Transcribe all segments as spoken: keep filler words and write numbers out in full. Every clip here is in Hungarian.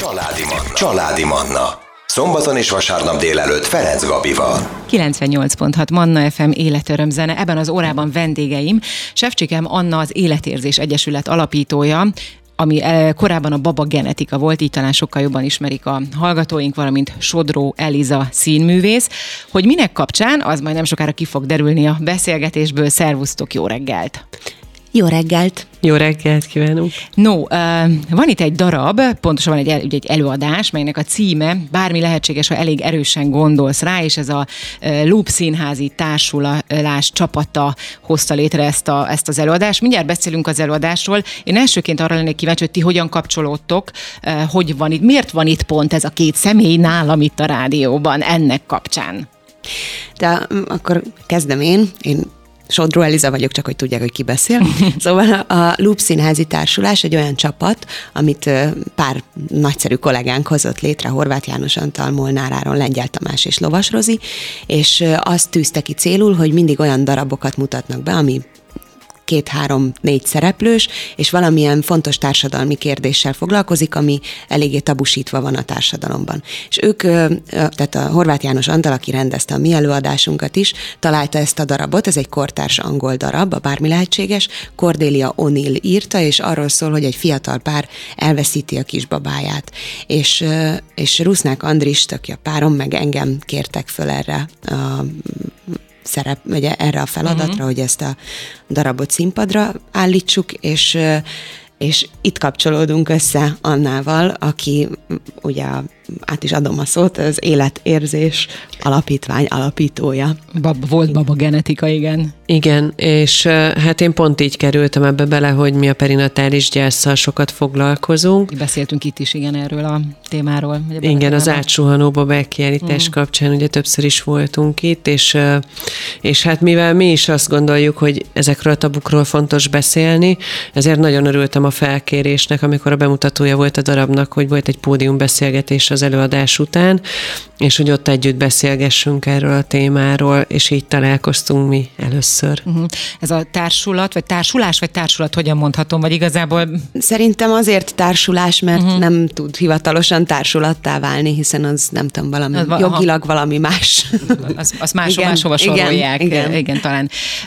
Családi Manna. Családi Manna. Szombaton és vasárnap délelőtt Ferenc Gabival. kilencvennyolc pont hat Manna ef em életörömzene. Ebben az órában vendégeim Sevcsikem Anna, az Életérzés Egyesület alapítója, ami korábban a Baba Genetika volt, így talán sokkal jobban ismerik a hallgatóink, valamint Sodró Eliza színművész. Hogy minek kapcsán, az majd nem sokára ki fog derülni a beszélgetésből. Szervusztok, jó reggelt! Jó reggelt! Jó reggelt kívánunk! No, van itt egy darab, pontosan van egy, egy előadás, melynek a címe Bármi lehetséges, ha elég erősen gondolsz rá, és ez a Loop Színházi Társulás csapata hozta létre ezt, a, ezt az előadást. Mindjárt beszélünk az előadásról. Én elsőként arra lennék kíváncsi, hogy ti hogyan kapcsolódtok, hogy van itt, miért van itt pont ez a két személy nálam itt a rádióban ennek kapcsán? De akkor kezdem én. Én Sodró Eliza vagyok, csak hogy tudják, hogy ki beszél. Szóval a Loop Színházi Társulás egy olyan csapat, amit pár nagyszerű kollégánk hozott létre, Horváth János Antal, Molnár Áron, Lengyel Tamás és Lovas Rozi, és azt tűzte ki célul, hogy mindig olyan darabokat mutatnak be, ami két-három-négy szereplős, és valamilyen fontos társadalmi kérdéssel foglalkozik, ami eléggé tabusítva van a társadalomban. És ők, tehát a Horváth János Antal, aki rendezte a mi előadásunkat is, találta ezt a darabot, ez egy kortárs angol darab, a Bármi lehetséges, Cordelia O'Neill írta, és arról szól, hogy egy fiatal pár elveszíti a kisbabáját. És, és Rusznák Andrist, aki a párom, meg engem kértek föl erre a szerep, vagy erre a feladatra, uh-huh. hogy ezt a darabot színpadra állítsuk, és, és itt kapcsolódunk össze Annával, aki ugye át is adom a szót, az Életérzés Alapítvány alapítója. Bab, volt Baba Genetika, igen. Igen, és hát én pont így kerültem ebbe bele, hogy mi a perinatális gyásszal sokat foglalkozunk. Beszéltünk itt is, igen, erről a témáról. Igen, az átsuhanó babák kiállítás mm. kapcsán ugye többször is voltunk itt, és, és hát mivel mi is azt gondoljuk, hogy ezekről a tabukról fontos beszélni, ezért nagyon örültem a felkérésnek, amikor a bemutatója volt a darabnak, hogy volt egy pódiumbeszélgetés az előadás után, és hogy ott együtt beszélgessünk erről a témáról, és így találkoztunk mi először. Uh-huh. Ez a társulat, vagy társulás, vagy társulat, hogyan mondhatom, vagy igazából? Szerintem azért társulás, mert uh-huh. nem tud hivatalosan társulattá válni, hiszen az nem tudom, valami az, jogilag aha. valami más. Az, az más, igen, máshova sorolják. Igen, igen. igen talán.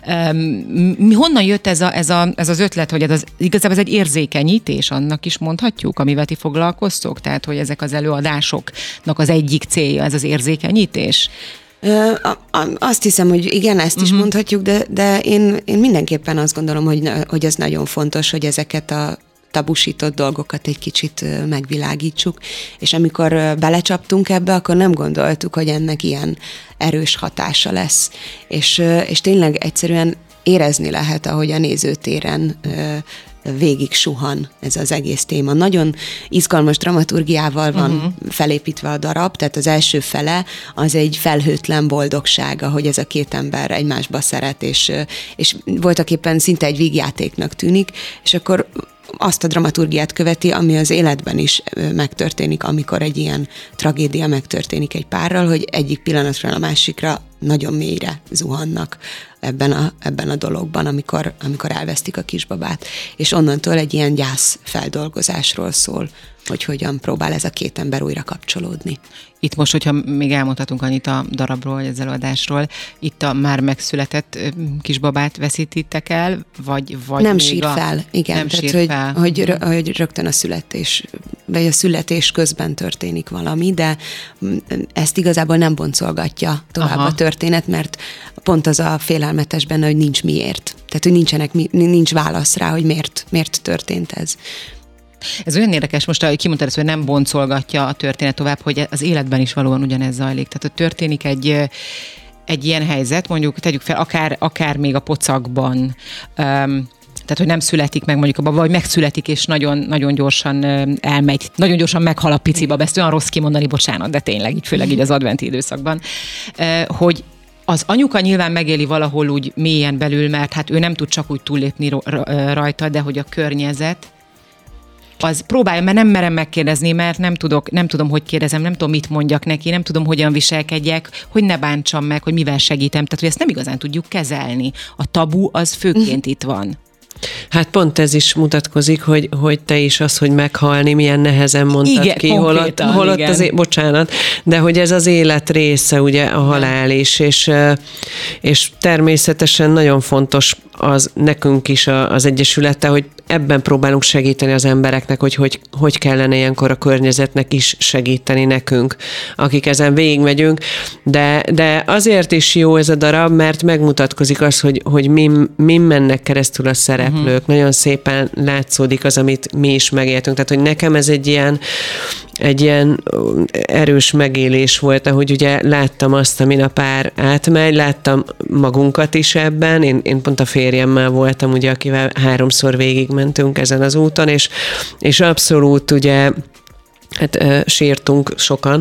Um, honnan jött ez, a, ez, a, ez az ötlet, hogy ez az, igazából ez egy érzékenyítés, annak is mondhatjuk, amivel ti foglalkoztok? Tehát, hogy ezek az előadásoknak az egyik célja, ez az érzékenyítés? Ö, a, a, azt hiszem, hogy igen, ezt uh-huh. is mondhatjuk, de, de én, én mindenképpen azt gondolom, hogy, hogy ez nagyon fontos, hogy ezeket a tabusított dolgokat egy kicsit megvilágítsuk, és amikor belecsaptunk ebbe, akkor nem gondoltuk, hogy ennek ilyen erős hatása lesz. És, és tényleg egyszerűen érezni lehet, ahogy a nézőtéren végig suhan ez az egész téma. Nagyon izgalmas dramaturgiával van uh-huh. felépítve a darab, tehát az első fele az egy felhőtlen boldogság, ahogy ez a két ember egymásba szeret, és, és voltaképpen szinte egy vígjátéknak tűnik, és akkor azt a dramaturgiát követi, ami az életben is megtörténik, amikor egy ilyen tragédia megtörténik egy párral, hogy egyik pillanatról a másikra nagyon mélyre zuhannak ebben a, ebben a dologban, amikor, amikor elvesztik a kisbabát. És onnantól egy ilyen gyász feldolgozásról szól, hogy hogyan próbál ez a két ember újra kapcsolódni. Itt most, hogyha még elmondhatunk annyit a darabról, vagy az előadásról, itt a már megszületett kisbabát veszítitek el, vagy, vagy nem még sír a... fel, igen. Nem tehát, sír hogy, fel. Hogy, hogy rögtön a születés, vagy a születés közben történik valami, de ezt igazából nem boncolgatja tovább Aha. a történet, mert pont az a félelmetes benne, hogy nincs miért. Tehát, hogy nincsenek, nincs válasz rá, hogy miért, miért történt ez. Ez olyan érdekes, most ahogy kimondtad ezt, hogy nem boncolgatja a történet tovább, hogy az életben is valóban ugyanez zajlik. Tehát, hogy történik egy, egy ilyen helyzet, mondjuk tegyük fel, akár, akár még a pocakban, um, tehát, hogy nem születik meg mondjuk a baba, vagy megszületik, és nagyon, nagyon gyorsan elmegy, nagyon gyorsan meghal a pici baba, ezt olyan rossz kimondani, bocsánat, de tényleg, így főleg így az adventi időszakban, hogy az anyuka nyilván megéli valahol úgy mélyen belül, mert hát ő nem tud csak úgy túllépni rajta, de hogy a környezet, az próbálja, mert nem merem megkérdezni, mert nem tudok, nem tudom, hogy kérdezem, nem tudom, mit mondjak neki, nem tudom, hogyan viselkedjek, hogy ne bántsam meg, hogy mivel segítem. Tehát, hogy ezt nem igazán tudjuk kezelni. A tabu az főként itt van. Hát pont ez is mutatkozik, hogy, hogy te is az, hogy meghalni, milyen nehezen mondtad igen, ki, holott, holott az, é- bocsánat, de hogy ez az élet része, ugye a halál is, és, és természetesen nagyon fontos az nekünk is az Egyesülete, hogy ebben próbálunk segíteni az embereknek, hogy, hogy hogy kellene ilyenkor a környezetnek is segíteni nekünk, akik ezen végigmegyünk, de, de azért is jó ez a darab, mert megmutatkozik az, hogy, hogy mi, mi mennek keresztül a szereplők. Uh-huh. Nagyon szépen látszódik az, amit mi is megéltünk. Tehát, hogy nekem ez egy ilyen, egy ilyen erős megélés volt, ahogy ugye láttam azt, amin a pár átmegy, láttam magunkat is ebben, én, én pont a férjemmel voltam, ugye, akivel háromszor végigmentünk ezen az úton, és, és abszolút ugye hát uh, sírtunk sokan,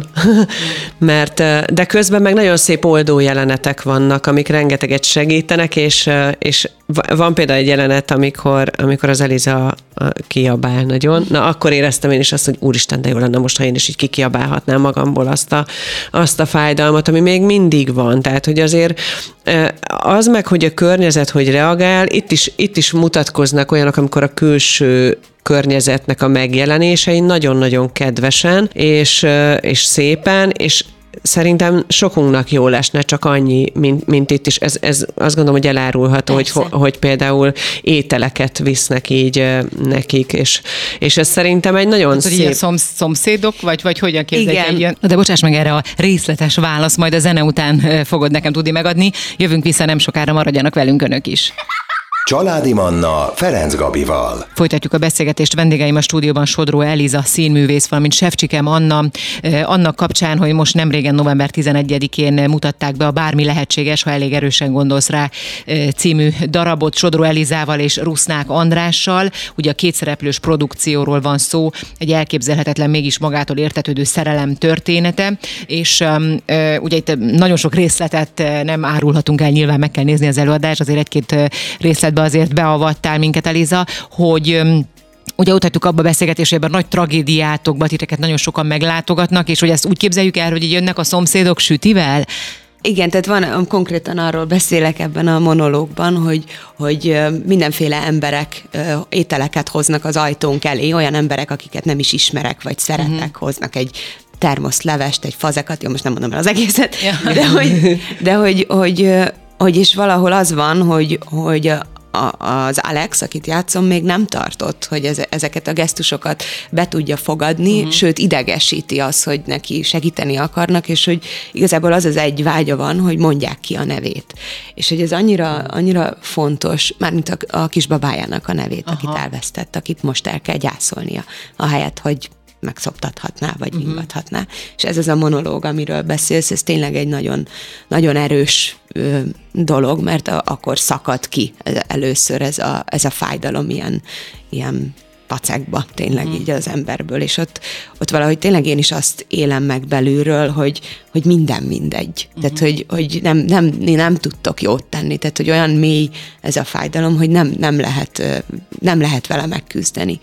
mert, uh, de közben meg nagyon szép oldó jelenetek vannak, amik rengeteget segítenek, és, uh, és van például egy jelenet, amikor, amikor az Eliza uh, kiabál nagyon. Na, akkor éreztem én is azt, hogy úristen, de jó lenne most, ha én is így kikiabálhatnám magamból azt a, azt a fájdalmat, ami még mindig van. Tehát, hogy azért uh, az meg, hogy a környezet hogy reagál, itt is, itt is mutatkoznak olyanok, amikor a külső környezetnek a megjelenései nagyon-nagyon kedvesen, és, és szépen, és szerintem sokunknak jól esne, csak annyi, mint, mint itt is. Ez, ez azt gondolom, hogy elárulható, hogy, hogy például ételeket visznek így nekik, és, és ez szerintem egy nagyon hát, szép... Hogy szom, szomszédok, vagy, vagy hogyan képzeljük egy ilyen... De bocsáss meg, erre a részletes válasz, majd a zene után fogod nekem tudni megadni. Jövünk vissza nem sokára, maradjanak velünk önök is. Családi Manna Ferenc Gabival. Folytatjuk a beszélgetést. Vendégeim a stúdióban Sodró Eliza színművész, valamint Sevcsikem Anna. Annak kapcsán, hogy most nemrégen november tizenegyedikén mutatták be a Bármi lehetséges, ha elég erősen gondolsz rá című darabot Sodró Elizával és Rusznák Andrással. Ugye a kétszereplős produkcióról van szó, egy elképzelhetetlen, mégis magától értetődő szerelem története, és um, ugye itt nagyon sok részletet nem árulhatunk el, nyilván meg kell nézni az előadást, azért egy-két részlet azért beavattál minket, Eliza, hogy ugye ott hagytuk abba a beszélgetésében, nagy tragédiátokba titeket nagyon sokan meglátogatnak, és hogy ezt úgy képzeljük el, hogy így jönnek a szomszédok sütivel? Igen, tehát van, konkrétan arról beszélek ebben a monológban, hogy, hogy mindenféle emberek ételeket hoznak az ajtónk elé, olyan emberek, akiket nem is ismerek, vagy szeretek, uh-huh. hoznak egy termoszlevest, egy fazekat, jó, most nem mondom el az egészet, ja. de, hogy, de hogy, hogy, hogy és valahol az van, hogy, hogy az Alex, akit játszom, még nem tartott, hogy ez, ezeket a gesztusokat be tudja fogadni, uh-huh. sőt idegesíti az, hogy neki segíteni akarnak, és hogy igazából az az egy vágya van, hogy mondják ki a nevét. És hogy ez annyira, annyira fontos, mármint a, a kisbabájának a nevét, Aha. akit elvesztett, akit most el kell gyászolnia, ahelyett, hogy megszoptathatná, vagy uh-huh. ingathatná. És ez az a monológ, amiről beszélsz, ez tényleg egy nagyon, nagyon erős ö, dolog, mert a, akkor szakad ki először ez a, ez a fájdalom ilyen, ilyen pacekba tényleg uh-huh. így az emberből, és ott, ott valahogy tényleg én is azt élem meg belülről, hogy, hogy minden mindegy. Uh-huh. Tehát, hogy, hogy nem, nem, nem tudtok jót tenni, tehát, hogy olyan mély ez a fájdalom, hogy nem, nem, lehet, nem lehet vele megküzdeni.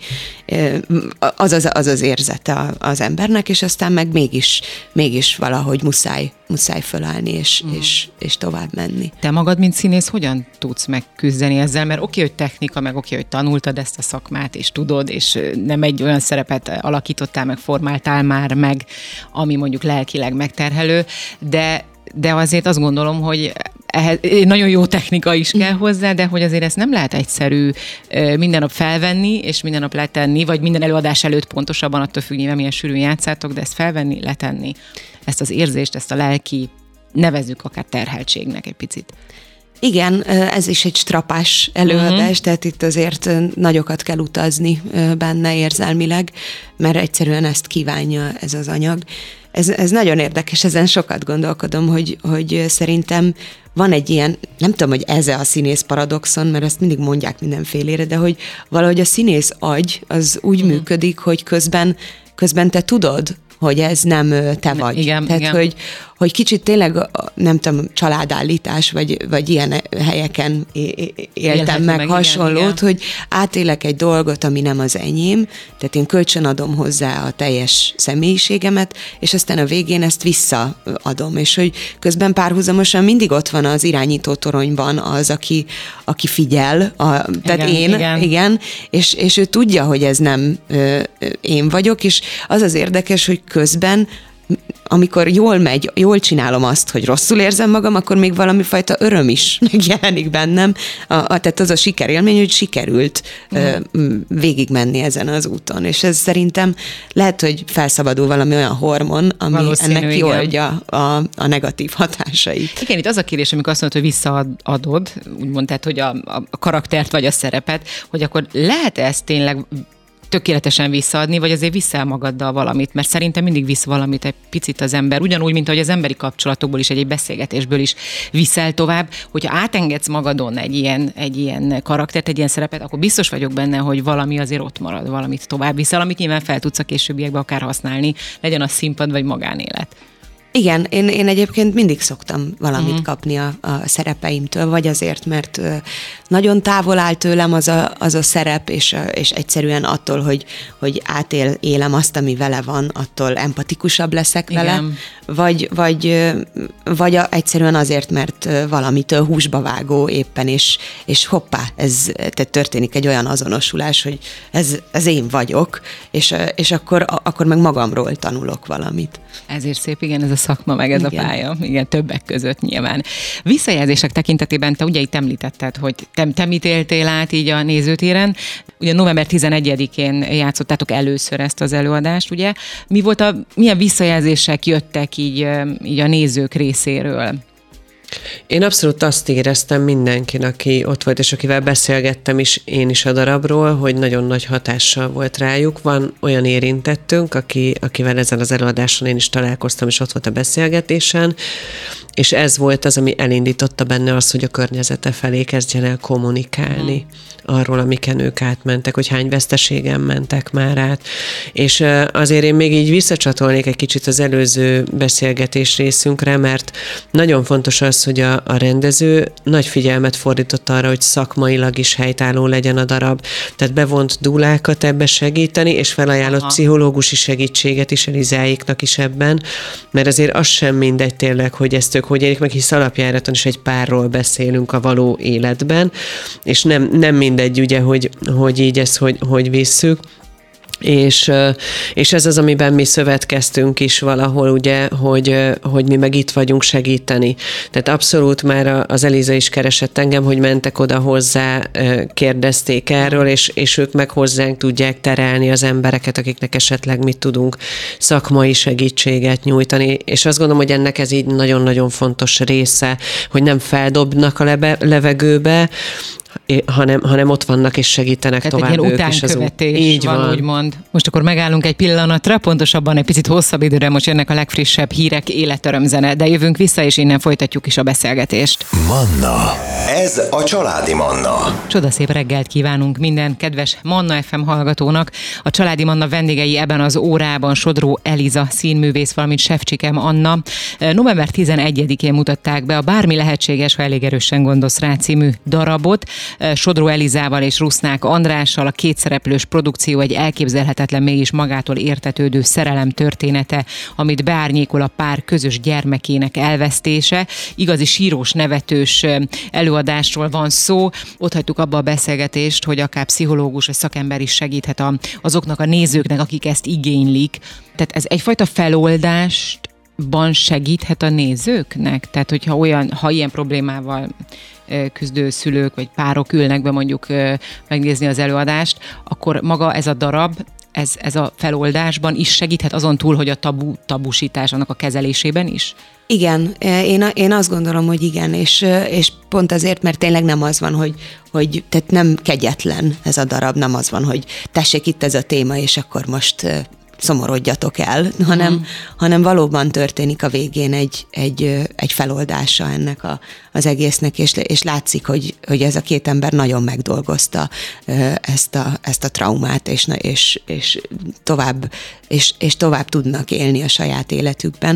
Az az, az, az érzete az embernek, és aztán meg mégis, mégis valahogy muszáj, muszáj fölállni, és, uh-huh. és, és tovább menni. Te magad, mint színész, hogyan tudsz megküzdeni ezzel? Mert oké, hogy technika, meg oké, hogy tanultad ezt a szakmát, és tudod, és nem egy olyan szerepet alakítottál, meg formáltál már meg, ami mondjuk lelkileg megterhelő, de, de azért azt gondolom, hogy ehhez nagyon jó technika is kell hozzá, de hogy azért ezt nem lehet egyszerű minden nap felvenni, és minden nap letenni, vagy minden előadás előtt pontosabban, attól függ, nyilván milyen sűrűn játszátok, de ezt felvenni, letenni. Ezt az érzést, ezt a lelki, nevezzük akár terheltségnek egy picit. Igen, ez is egy strapás előadás, uh-huh. tehát itt azért nagyokat kell utazni benne érzelmileg, mert egyszerűen ezt kívánja ez az anyag. Ez, ez nagyon érdekes, ezen sokat gondolkodom, hogy, hogy szerintem van egy ilyen, nem tudom, hogy ez a színész paradoxon, mert ezt mindig mondják mindenfélére, de hogy valahogy a színész agy az úgy uh-huh. működik, hogy közben, közben te tudod, hogy ez nem te vagy. Igen, Tehát, igen. Hogy, hogy kicsit tényleg, nem tudom, családállítás, vagy, vagy ilyen helyeken éltem Élhető meg, meg, hasonlót, igen, igen. hogy átélek egy dolgot, ami nem az enyém, tehát én kölcsönadom hozzá a teljes személyiségemet, és aztán a végén ezt visszaadom, és hogy közben párhuzamosan mindig ott van az irányító toronyban az, aki, aki figyel, a, tehát Igen, én, igen. igen, és, és ő tudja, hogy ez nem ö, ö, én vagyok, és az az érdekes, hogy közben amikor jól megy, jól csinálom azt, hogy rosszul érzem magam, akkor még valami fajta öröm is megjelenik bennem. A, a, tehát az a sikerélmény, hogy sikerült uh-huh. ö, végigmenni ezen az úton. És ez szerintem lehet, hogy felszabadul valami olyan hormon, ami Valószínű, ennek igen. kioldja a, a negatív hatásait. Igen, itt az a kérdés, amikor azt mondod, hogy visszaadod, úgymond, tehát, hogy a, a karaktert vagy a szerepet, hogy akkor lehet ezt tényleg tökéletesen visszaadni, vagy azért viszel magaddal valamit, mert szerintem mindig visz valamit egy picit az ember, ugyanúgy, mint ahogy az emberi kapcsolatokból is, egy, egy beszélgetésből is viszel tovább, hogyha átengedsz magadon egy ilyen, egy ilyen karaktert, egy ilyen szerepet, akkor biztos vagyok benne, hogy valami azért ott marad, valamit tovább viszel, amit nyilván fel tudsz a későbbiekben akár használni, legyen a színpad vagy magánélet. Igen, én, én egyébként mindig szoktam valamit Mhm. kapni a, a szerepeimtől, vagy azért, mert ö, nagyon távol áll tőlem az a, az a szerep, és, és egyszerűen attól, hogy, hogy átél, élem azt, ami vele van, attól empatikusabb leszek Igen. vele, vagy, vagy, ö, vagy a, egyszerűen azért, mert ö, valamitől húsba vágó éppen, és, és hoppá, ez tehát történik egy olyan azonosulás, hogy ez, ez én vagyok, és, ö, és akkor, akkor meg magamról tanulok valamit. Ezért szép, igen, ez a szakma, meg ez Igen. a pálya, igen, többek között nyilván. Visszajelzések tekintetében te ugye itt említetted, hogy te, te mit éltél át így a nézőtéren. Ugye november tizenegyedikén játszottátok először ezt az előadást, ugye? Mi volt a, milyen visszajelzések jöttek így, így a nézők részéről? Én abszolút azt éreztem mindenkin, aki ott volt, és akivel beszélgettem is én is a darabról, hogy nagyon nagy hatással volt rájuk. Van olyan érintettünk, aki, akivel ezen az előadáson én is találkoztam, és ott volt a beszélgetésen, és ez volt az, ami elindította benne azt, hogy a környezete felé kezdjen el kommunikálni arról, amiken ők átmentek, hogy hány veszteségen mentek már át. És azért én még így visszacsatolnék egy kicsit az előző beszélgetés részünkre, mert nagyon fontos az, hogy a, a rendező nagy figyelmet fordított arra, hogy szakmailag is helytálló legyen a darab. Tehát bevont dúlákat ebbe segíteni, és felajánlott Aha. pszichológusi segítséget is Elizáéknak is ebben, mert azért az sem mindegy tényleg, hogy ezt ők hogy élik meg, hisz alapjáraton is egy párról beszélünk a való életben, és nem, nem mindegy ugye, hogy, hogy így ezt hogy, hogy visszük. És, és ez az, amiben mi szövetkeztünk is valahol, ugye, hogy, hogy mi meg itt vagyunk segíteni. Tehát abszolút már az Eliza is keresett engem, hogy mentek oda hozzá, kérdezték erről, és, és ők meg hozzánk tudják terelni az embereket, akiknek esetleg mit tudunk szakmai segítséget nyújtani. És azt gondolom, hogy ennek ez így nagyon-nagyon fontos része, hogy nem feldobnak a lebe, levegőbe, hanem, hanem ott vannak és segítenek Tehát tovább egy ilyen ők is az út. utánkövetés Így van, van. úgymond. Most akkor megállunk egy pillanatra, pontosabban egy picit hosszabb időre, most jönnek a legfrissebb hírek, életörömzene, de jövünk vissza, és innen folytatjuk is a beszélgetést. Manna. Ez a Családi Manna. Csodaszép reggelt kívánunk minden kedves Manna ef em hallgatónak. A Családi Manna vendégei ebben az órában Sodró Eliza színművész, valamint Sefcsikem Anna. november tizenegyedikén mutatták be a Bármi lehetséges, ha elég erősen gondolsz rá című darabot. Sodró Elizával és Rusznák Andrással a kétszereplős produkció egy elképzelhetetlen, mégis magától értetődő szerelem története, amit beárnyékol a pár közös gyermekének elvesztése. Igazi sírós, nevetős előadásról van szó. Ott hagytuk abba a beszélgetést, hogy akár pszichológus vagy szakember is segíthet a, azoknak a nézőknek, akik ezt igénylik. Tehát ez egyfajta feloldást ban segíthet a nézőknek? Tehát, hogyha olyan, ha ilyen problémával küzdő szülők vagy párok ülnek be mondjuk megnézni az előadást, akkor maga ez a darab, ez, ez a feloldásban is segíthet azon túl, hogy a tabu, tabusítás annak a kezelésében is? Igen, én, én azt gondolom, hogy igen, és, és pont azért, mert tényleg nem az van, hogy, hogy tehát nem kegyetlen ez a darab, nem az van, hogy tessék itt ez a téma, és akkor most szomorodjatok el, hanem, mm. hanem valóban történik a végén egy, egy, egy feloldása ennek a, az egésznek, és, és látszik, hogy, hogy ez a két ember nagyon megdolgozta ezt a, ezt a traumát, és, és, és, tovább, és, és tovább tudnak élni a saját életükben.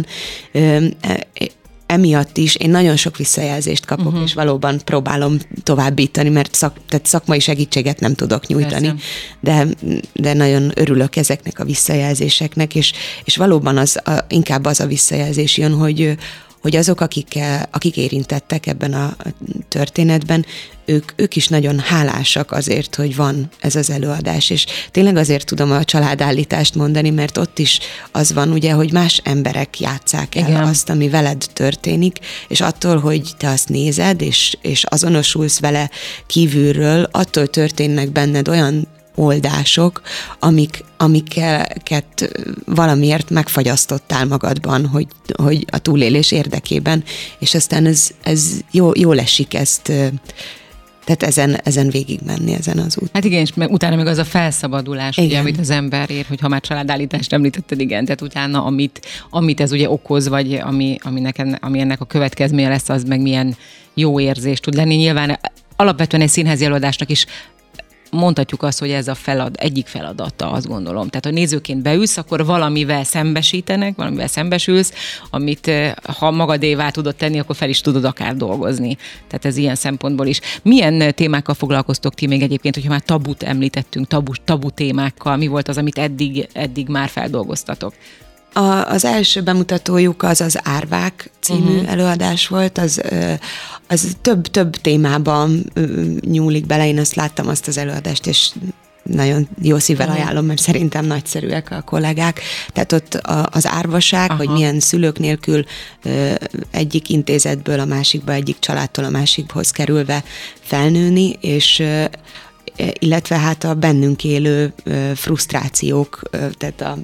Emiatt is én nagyon sok visszajelzést kapok, uh-huh. és valóban próbálom továbbítani, mert szak, tehát szakmai segítséget nem tudok nyújtani, de, de nagyon örülök ezeknek a visszajelzéseknek, és, és valóban az, a, inkább az a visszajelzés jön, hogy, hogy azok, akik, akik érintettek ebben a történetben, ők, ők is nagyon hálásak azért, hogy van ez az előadás, és tényleg azért tudom a családállítást mondani, mert ott is az van, ugye, hogy más emberek játsszák el Igen. azt, ami veled történik, és attól, hogy te azt nézed, és, és azonosulsz vele kívülről, attól történnek benned olyan oldások, amik, amiket valamiért megfagyasztottál magadban, hogy, hogy a túlélés érdekében, és aztán ez, ez jó, jól esik ezt, tehát ezen, ezen végig menni, ezen az út. Hát igen, és utána meg az a felszabadulás, ugye, amit az ember ér, hogy ha már családállítást említetted, igen, tehát utána, amit, amit ez ugye okoz, vagy ami, ami, neken, ami ennek a következménye lesz, az meg milyen jó érzés tud lenni. Nyilván alapvetően egy színházi előadásnak is mondhatjuk azt, hogy ez a felad, egyik feladata, azt gondolom. Tehát, ha nézőként beülsz, akkor valamivel szembesítenek, valamivel szembesülsz, amit ha magadévá tudod tenni, akkor fel is tudod akár dolgozni. Tehát ez ilyen szempontból is. Milyen témákkal foglalkoztok ti még egyébként, hogyha már tabut említettünk, tabu, tabu témákkal, mi volt az, amit eddig, eddig már feldolgoztatok? A, az első bemutatójuk az az Árvák című uh-huh. előadás volt, az, az több-több témában nyúlik bele, én azt láttam azt az előadást, és nagyon jó szívvel uh-huh. ajánlom, mert szerintem nagyszerűek a kollégák. Tehát ott az árvaság, uh-huh. hogy milyen szülők nélkül egyik intézetből a másikba, egyik családtól a másikhoz kerülve felnőni, és illetve hát a bennünk élő frusztrációk, tehát a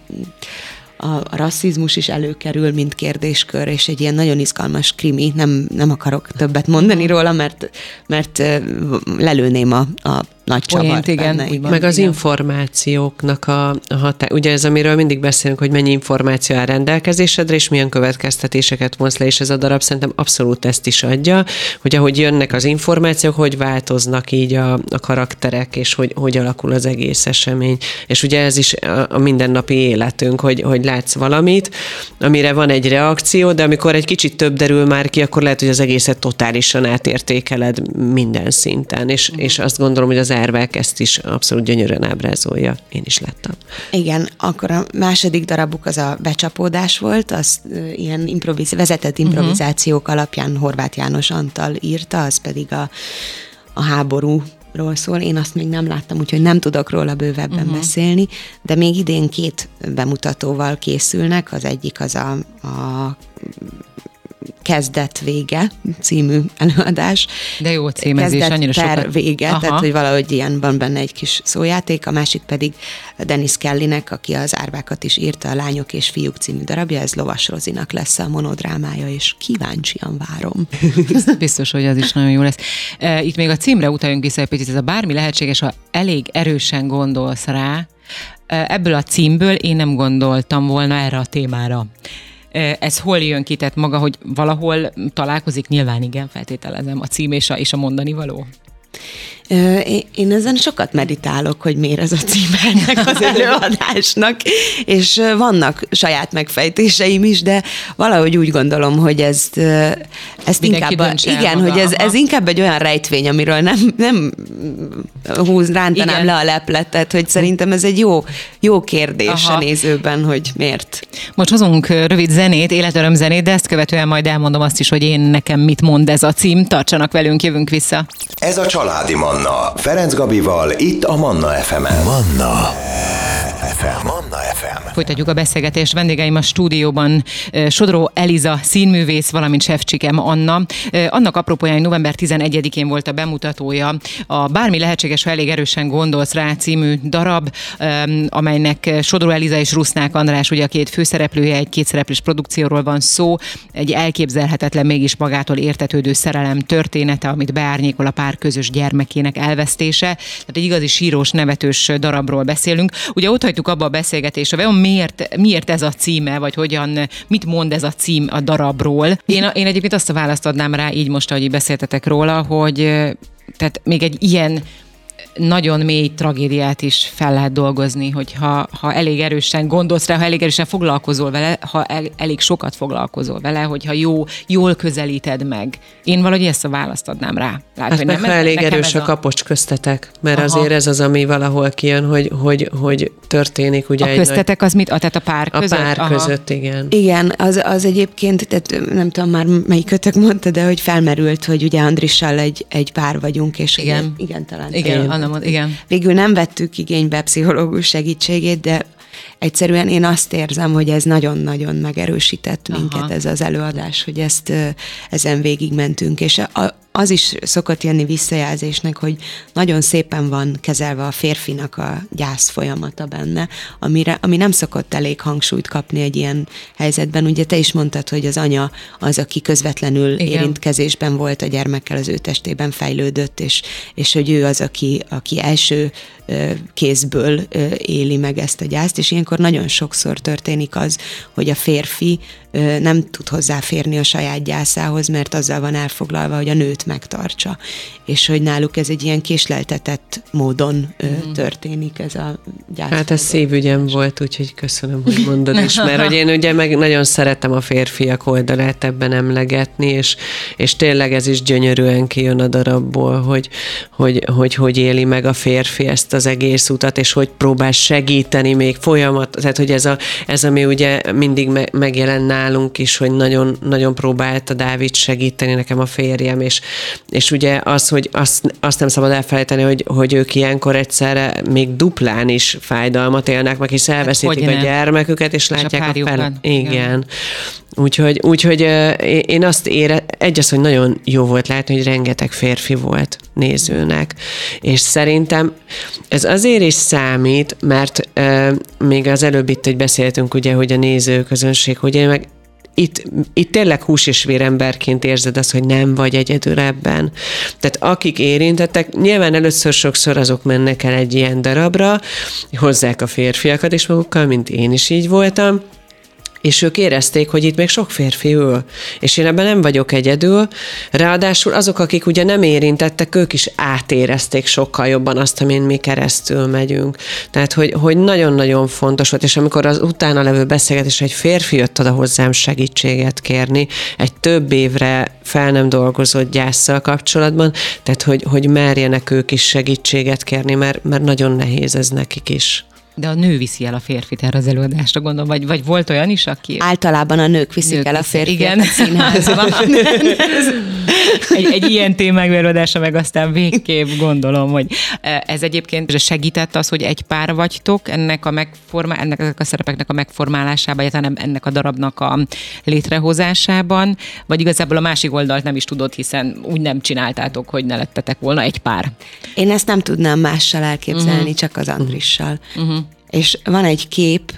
a rasszizmus is előkerül, mint kérdéskör, és egy ilyen nagyon izgalmas krimi, nem, nem akarok többet mondani róla, mert, mert lelőném a, a nagy csavart igen, benne. Igen. Meg az igen. információknak a, a hatá... Ugye ez, amiről mindig beszélünk, hogy mennyi információ áll rendelkezésedre, és milyen következtetéseket vonsz le, és ez a darab szerintem abszolút ezt is adja, hogy ahogy jönnek az információk, hogy változnak így a, a karakterek, és hogy, hogy alakul az egész esemény. És ugye ez is a, a mindennapi életünk, hogy, hogy látsz valamit, amire van egy reakció, de amikor egy kicsit több derül már ki, akkor lehet, hogy az egészet totálisan átértékeled minden szinten, és, mm. és azt gondolom, hogy az Árvák ezt is abszolút gyönyörűen ábrázolja. Én is láttam. Igen, akkor a második darabuk az a Becsapódás volt, az ilyen improviz- vezetett improvizációk uh-huh. alapján Horváth János Antal írta, az pedig a, a háborúról szól. Én azt még nem láttam, úgyhogy nem tudok róla bővebben uh-huh. beszélni, de még idén két bemutatóval készülnek, az egyik az a, a Kezdet vége című előadás. De jó címezés, Kezdet annyira per sokat. vége, Aha. tehát hogy valahogy ilyen van benne egy kis szójáték, a másik pedig Dennis Kellynek, aki az Árvákat is írta, a Lányok és Fiúk című darabja, ez Lovas Rozinak lesz a monodrámája, és kíváncsian várom. Biztos, hogy az is nagyon jó lesz. Itt még a címre utaljunk vissza egy picit, ez a bármi lehetséges, ha elég erősen gondolsz rá. Ebből a címből én nem gondoltam volna erre a témára. Ez hol jön ki, tehát maga, hogy valahol találkozik? Nyilván igen, feltételezem, a cím és a, és a mondani való. Én ezen sokat meditálok, hogy miért ez a címe ennek az előadásnak, és vannak saját megfejtéseim is, de valahogy úgy gondolom, hogy ezt, ezt inkább, a, igen, maga, hogy ez, ez inkább egy olyan rejtvény, amiről nem, nem húz, rántanám igen. le a lepletet, hogy szerintem ez egy jó, jó kérdés aha. a nézőben, hogy miért. Most hozunk rövid zenét, életöröm zenét, de ezt követően majd elmondom azt is, hogy én nekem mit mond ez a cím. Tartsanak velünk, jövünk vissza. Ez a Családi Manna. Ferenc Gabival, itt a Manna ef emen. Manna ef em. Manna ef em. Folytatjuk a beszélgetést. Vendégeim a stúdióban Sodró Eliza színművész, valamint Sevcsikem Anna. Annak apropóján november tizenegyedikén volt a bemutatója a Bármi lehetséges, ha elég erősen gondolsz rá című darab, amelynek Sodró Eliza és Rusznák András ugye a két főszereplője, egy kétszereplős produkcióról van szó, egy elképzelhetetlen, mégis magától értetődő szerelem története, amit beárnyékol a pár közös gyermekének életének elvesztése, tehát egy igazi sírós, nevetős darabról beszélünk. Ugye ott hagytuk abba a beszélgetésre, vajon miért, miért ez a címe, vagy hogyan, mit mond ez a cím a darabról. Én, én egyébként azt a választ adnám rá, így most, ahogy beszéltetek róla, hogy tehát még egy ilyen nagyon mély tragédiát is fel lehet dolgozni, hogyha ha elég erősen gondolsz rá, ha elég erősen foglalkozol vele, ha el, elég sokat foglalkozol vele, hogyha jó, jól közelíted meg. Én valahogy ezt a választ adnám rá. Lát, hát hogy meg nem, ha elég erős a, a kapocs köztetek, mert Aha. azért ez az, ami valahol kijön, hogy, hogy, hogy történik. Ugye a köztetek nagy... az mit? A, tehát a pár a között? A pár Aha. között, igen. Igen, az, az egyébként, tehát nem tudom már melyik kötök mondta, de hogy felmerült, hogy ugye Andrissal egy, egy pár vagyunk, és igen, ugye, igen talán. Igen, Anna mond, igen. Végül nem vettük igénybe pszichológus segítségét, de egyszerűen én azt érzem, hogy ez nagyon-nagyon megerősített minket. Aha. Ez az előadás, hogy ezt ezen végigmentünk, és a, az is szokott jönni visszajelzésnek, hogy nagyon szépen van kezelve a férfinak a gyász folyamata benne, amire, ami nem szokott elég hangsúlyt kapni egy ilyen helyzetben. Ugye te is mondtad, hogy az anya az, aki közvetlenül igen. érintkezésben volt a gyermekkel, az ő testében fejlődött, és, és hogy ő az, aki, aki első kézből éli meg ezt a gyászt, és ilyenkor nagyon sokszor történik az, hogy a férfi nem tud hozzáférni a saját gyászához, mert azzal van elfoglalva, hogy a nőt megtartsa. És hogy náluk ez egy ilyen késleltetett módon mm. történik ez a gyász. Hát ez szívügyem volt, úgyhogy köszönöm, hogy mondod is, mert hogy én ugye meg nagyon szeretem a férfiak oldalát ebben emlegetni, és, és tényleg ez is gyönyörűen kijön a darabból, hogy hogy, hogy hogy éli meg a férfi ezt az egész utat, és hogy próbál segíteni még folyamat, tehát hogy ez, a, ez ami ugye mindig me, megjelen nálunk is, hogy nagyon, nagyon próbálta Dávid segíteni nekem a férjem, és, és ugye az, hogy azt, azt nem szabad elfelejteni, hogy, hogy ők ilyenkor egyszerre még duplán is fájdalmat élnek meg, és elveszítik hát, a gyermeküket, és, és látják a, a fel... Igen. Igen. Úgyhogy, úgyhogy én azt ére, egy az, hogy nagyon jó volt látni, hogy rengeteg férfi volt nézőnek, és szerintem ez azért is számít, mert euh, még az előbb itt, hogy beszéltünk ugye, hogy a nézőközönség, hogy én meg Itt, itt tényleg hús és véremberként érzed azt, hogy nem vagy egyedül ebben. Tehát akik érintettek, nyilván először sokszor azok mennek el egy ilyen darabra, hozzák a férfiakat is magukkal, mint én is így voltam, és ők érezték, hogy itt még sok férfi ül, és én ebben nem vagyok egyedül, ráadásul azok, akik ugye nem érintettek, ők is átérezték sokkal jobban azt, amin mi keresztül megyünk. Tehát, hogy, hogy nagyon-nagyon fontos volt, és amikor az utána levő beszélgetés, egy férfi jött oda hozzám segítséget kérni, egy több évre fel nem dolgozott gyásszal kapcsolatban, tehát, hogy, hogy merjenek ők is segítséget kérni, mert, mert nagyon nehéz ez nekik is. De a nő viszi el a férfit erre az előadásra, gondolom, vagy, vagy volt olyan is, aki... Általában a nők viszik nők el a férfit igen. a színházban. egy, egy ilyen témák előadása meg aztán végképp gondolom, hogy ez egyébként segített az, hogy egy pár vagytok ennek a, megformá- ennek a szerepeknek a megformálásában, egyáltalán ennek a darabnak a létrehozásában, vagy igazából a másik oldalt nem is tudod, hiszen úgy nem csináltátok, hogy ne lettetek volna egy pár. Én ezt nem tudnám mással elképzelni, uh-huh. csak az Andrissal. Uh-huh. És van egy kép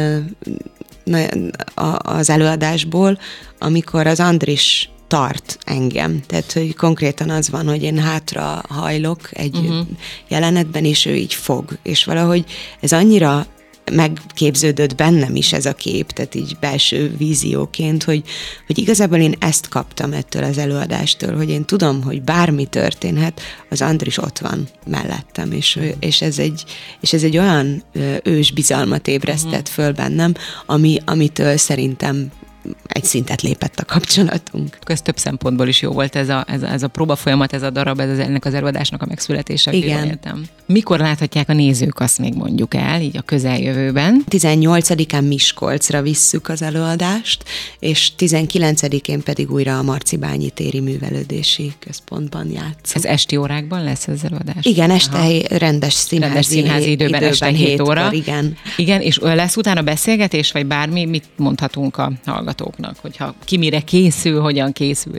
az előadásból, amikor az Andris tart engem. Tehát, hogy konkrétan az van, hogy én hátra hajlok egy uh-huh. jelenetben, és ő így fog. És valahogy ez annyira megképződött bennem is ez a kép, tehát így belső vízióként, hogy, hogy igazából én ezt kaptam ettől az előadástól, hogy én tudom, hogy bármi történhet, az Andris ott van mellettem, és, és, ez, egy, és ez egy olyan ős bizalmat ébresztett föl bennem, ami, amitől szerintem egy szintet lépett a kapcsolatunk. Ez több szempontból is jó volt ez a, ez a, ez a próba folyamat, ez a darab, ez ennek az előadásnak a megszületése. Igen. Értem. Mikor láthatják a nézők, azt még mondjuk el, így a közeljövőben? tizennyolcadikán Miskolcra visszük az előadást, és tizenkilencedikén pedig újra a Marcibányi téri művelődési központban játszunk. Ez esti órákban lesz ez az előadás? Igen, este Aha. rendes színházi, rendes színházi időben, időben este hét óra. Igen. Igen, és lesz utána beszélgetés, vagy bármi, mit mondhatunk a hallgatóknak, hogyha ki mire készül, hogyan készült?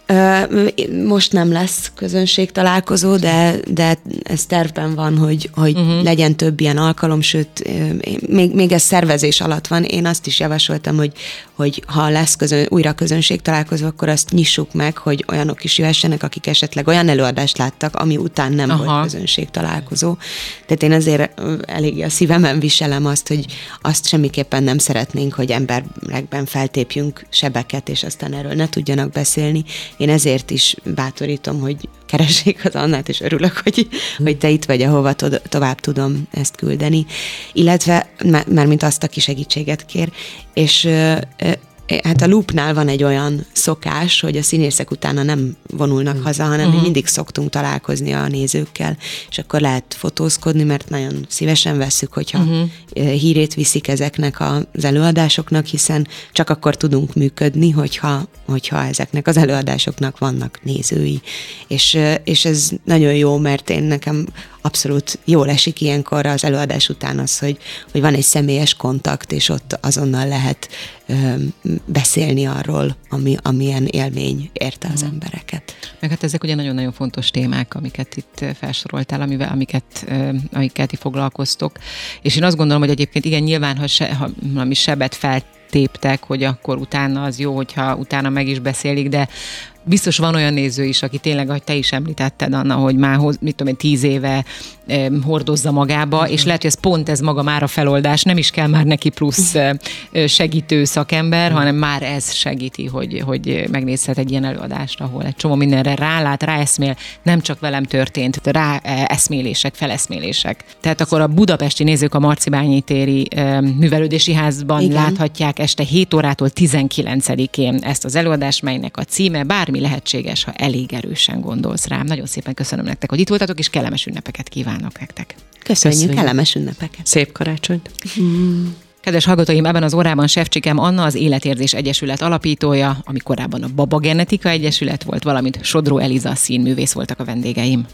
Most nem lesz közönség találkozó, de, de ez tervben van, hogy, hogy uh-huh. legyen több ilyen alkalom, sőt, még, még ez szervezés alatt van. Én azt is javasoltam, hogy, hogy ha lesz közön, újra közönség találkozó, akkor azt nyissuk meg, hogy olyanok is jöhessenek, akik esetleg olyan előadást láttak, ami után nem Aha. volt közönség találkozó. Tehát én azért eléggé a szívemen viselem azt, hogy azt semmiképpen nem szeretnénk, hogy emberekben feltépjünk sebeket, és aztán erről ne tudjanak beszélni. Én ezért is bátorítom, hogy keressék az Annát, és örülök, hogy, hogy te itt vagy, ahova to- tovább tudom ezt küldeni. Illetve, mármint azt, aki segítséget kér, és hát a Loopnál van egy olyan szokás, hogy a színészek utána nem vonulnak haza, hanem uh-huh. mi mindig szoktunk találkozni a nézőkkel, és akkor lehet fotózkodni, mert nagyon szívesen vesszük, hogyha uh-huh. hírét viszik ezeknek az előadásoknak, hiszen csak akkor tudunk működni, hogyha, hogyha ezeknek az előadásoknak vannak nézői. És, és ez nagyon jó, mert én nekem abszolút jól esik ilyenkor az előadás után az, hogy, hogy van egy személyes kontakt, és ott azonnal lehet ö, beszélni arról, ami, amilyen élmény érte az embereket. Meg hát ezek ugye nagyon-nagyon fontos témák, amiket itt felsoroltál, amivel, amiket, ö, amiket ti foglalkoztok. És én azt gondolom, hogy egyébként igen, nyilván, ha, se, ha valami sebet feltéptek, hogy akkor utána az jó, hogyha utána meg is beszélik, de biztos van olyan néző is, aki tényleg, ahogy te is említetted, Anna, hogy már, mit tudom én, tíz éve eh, hordozza magába, uh-huh. és lehet, hogy ez pont ez maga már a feloldás, nem is kell már neki plusz eh, segítő szakember, uh-huh. hanem már ez segíti, hogy, hogy megnézhet egy ilyen előadást, ahol egy csomó mindenre rálát, ráeszmél, nem csak velem történt, rá eszmélések, feleszmélések. Tehát akkor a budapesti nézők a Marcibányi téri eh, művelődési házban Igen. láthatják este hét órától tizenkilencedikén ezt az előadást, melynek a címe bármi lehetséges, ha elég erősen gondolsz rám. Nagyon szépen köszönöm nektek, hogy itt voltatok, és kellemes ünnepeket kívánok nektek. Köszönjük, Köszönjük. kellemes ünnepeket. Szép karácsonyt. Mm. Kedves hallgatóim, ebben az órában Sevcsikem Anna, az Életérzés Egyesület alapítója, ami korábban a Baba Genetika Egyesület volt, valamint Sodró Eliza színművész voltak a vendégeim.